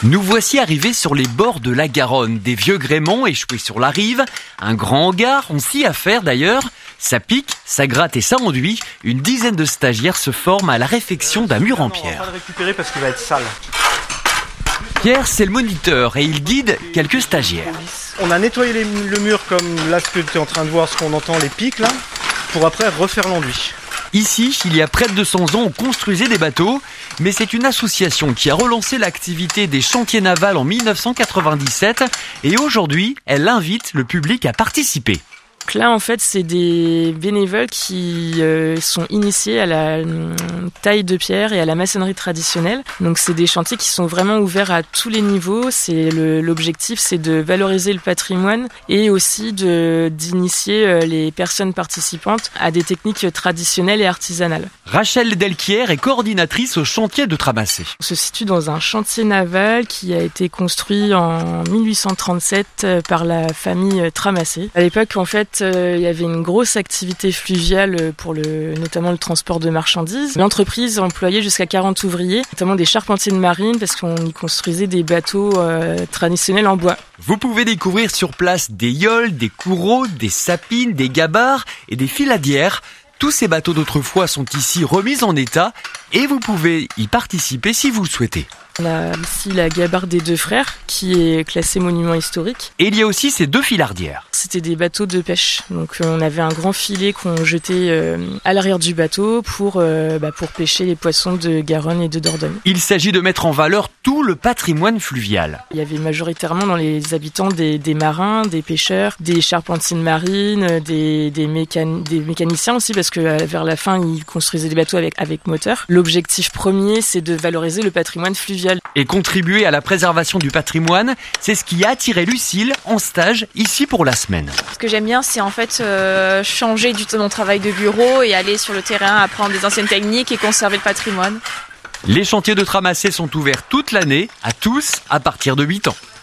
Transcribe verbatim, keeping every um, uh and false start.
Nous voici arrivés sur les bords de la Garonne, des vieux gréements échoués sur la rive, un grand hangar, on s'y affaire d'ailleurs. Ça pique, ça gratte et ça enduit. Une dizaine de stagiaires se forment à la réfection d'un mur en pierre. On va pas le récupérer parce qu'il va être sale. Pierre, c'est le moniteur et il guide quelques stagiaires. On a nettoyé les, le mur comme là ce que tu es en train de voir, ce qu'on entend, les pics là, pour après refaire l'enduit. Ici, il y a près de deux cents ans, on construisait des bateaux, mais c'est une association qui a relancé l'activité des chantiers navals en mille neuf cent quatre-vingt-dix-sept et aujourd'hui, elle invite le public à participer. Donc là, en fait, c'est des bénévoles qui euh, sont initiés à la euh, taille de pierre et à la maçonnerie traditionnelle. Donc, c'est des chantiers qui sont vraiment ouverts à tous les niveaux. C'est le, l'objectif, c'est de valoriser le patrimoine et aussi de d'initier euh, les personnes participantes à des techniques traditionnelles et artisanales. Rachel Delquière est coordinatrice au chantier de Tramassé. On se situe dans un chantier naval qui a été construit en mille huit cent trente-sept par la famille Tramassé. À l'époque, en fait, il y avait une grosse activité fluviale pour le, notamment le transport de marchandises. L'entreprise employait jusqu'à quarante ouvriers, notamment des charpentiers de marine, parce qu'on y construisait des bateaux euh, traditionnels en bois. Vous pouvez découvrir sur place des yoles, des coureaux, des sapines, des gabarres et des filadières. Tous ces bateaux d'autrefois sont ici remis en état et vous pouvez y participer si vous le souhaitez. On a ici la gabarre des deux frères qui est classée monument historique. Et il y a aussi ces deux filardières. C'était des bateaux de pêche. Donc on avait un grand filet qu'on jetait euh, à l'arrière du bateau pour, euh, bah, pour pêcher les poissons de Garonne et de Dordogne. Il s'agit de mettre en valeur tout le patrimoine fluvial. Il y avait majoritairement dans les habitants des, des marins, des pêcheurs, des charpentiers de marine, des, des, mécan... des mécaniciens aussi parce que vers la fin ils construisaient des bateaux avec, avec moteur. L'objectif premier c'est de valoriser le patrimoine fluvial. Et contribuer à la préservation du patrimoine, c'est ce qui a attiré Lucille en stage ici pour la semaine. Ce que j'aime bien, c'est en fait euh, changer du mon travail de bureau et aller sur le terrain, apprendre des anciennes techniques et conserver le patrimoine. Les chantiers de Tramassé sont ouverts toute l'année, à tous, à partir de huit ans.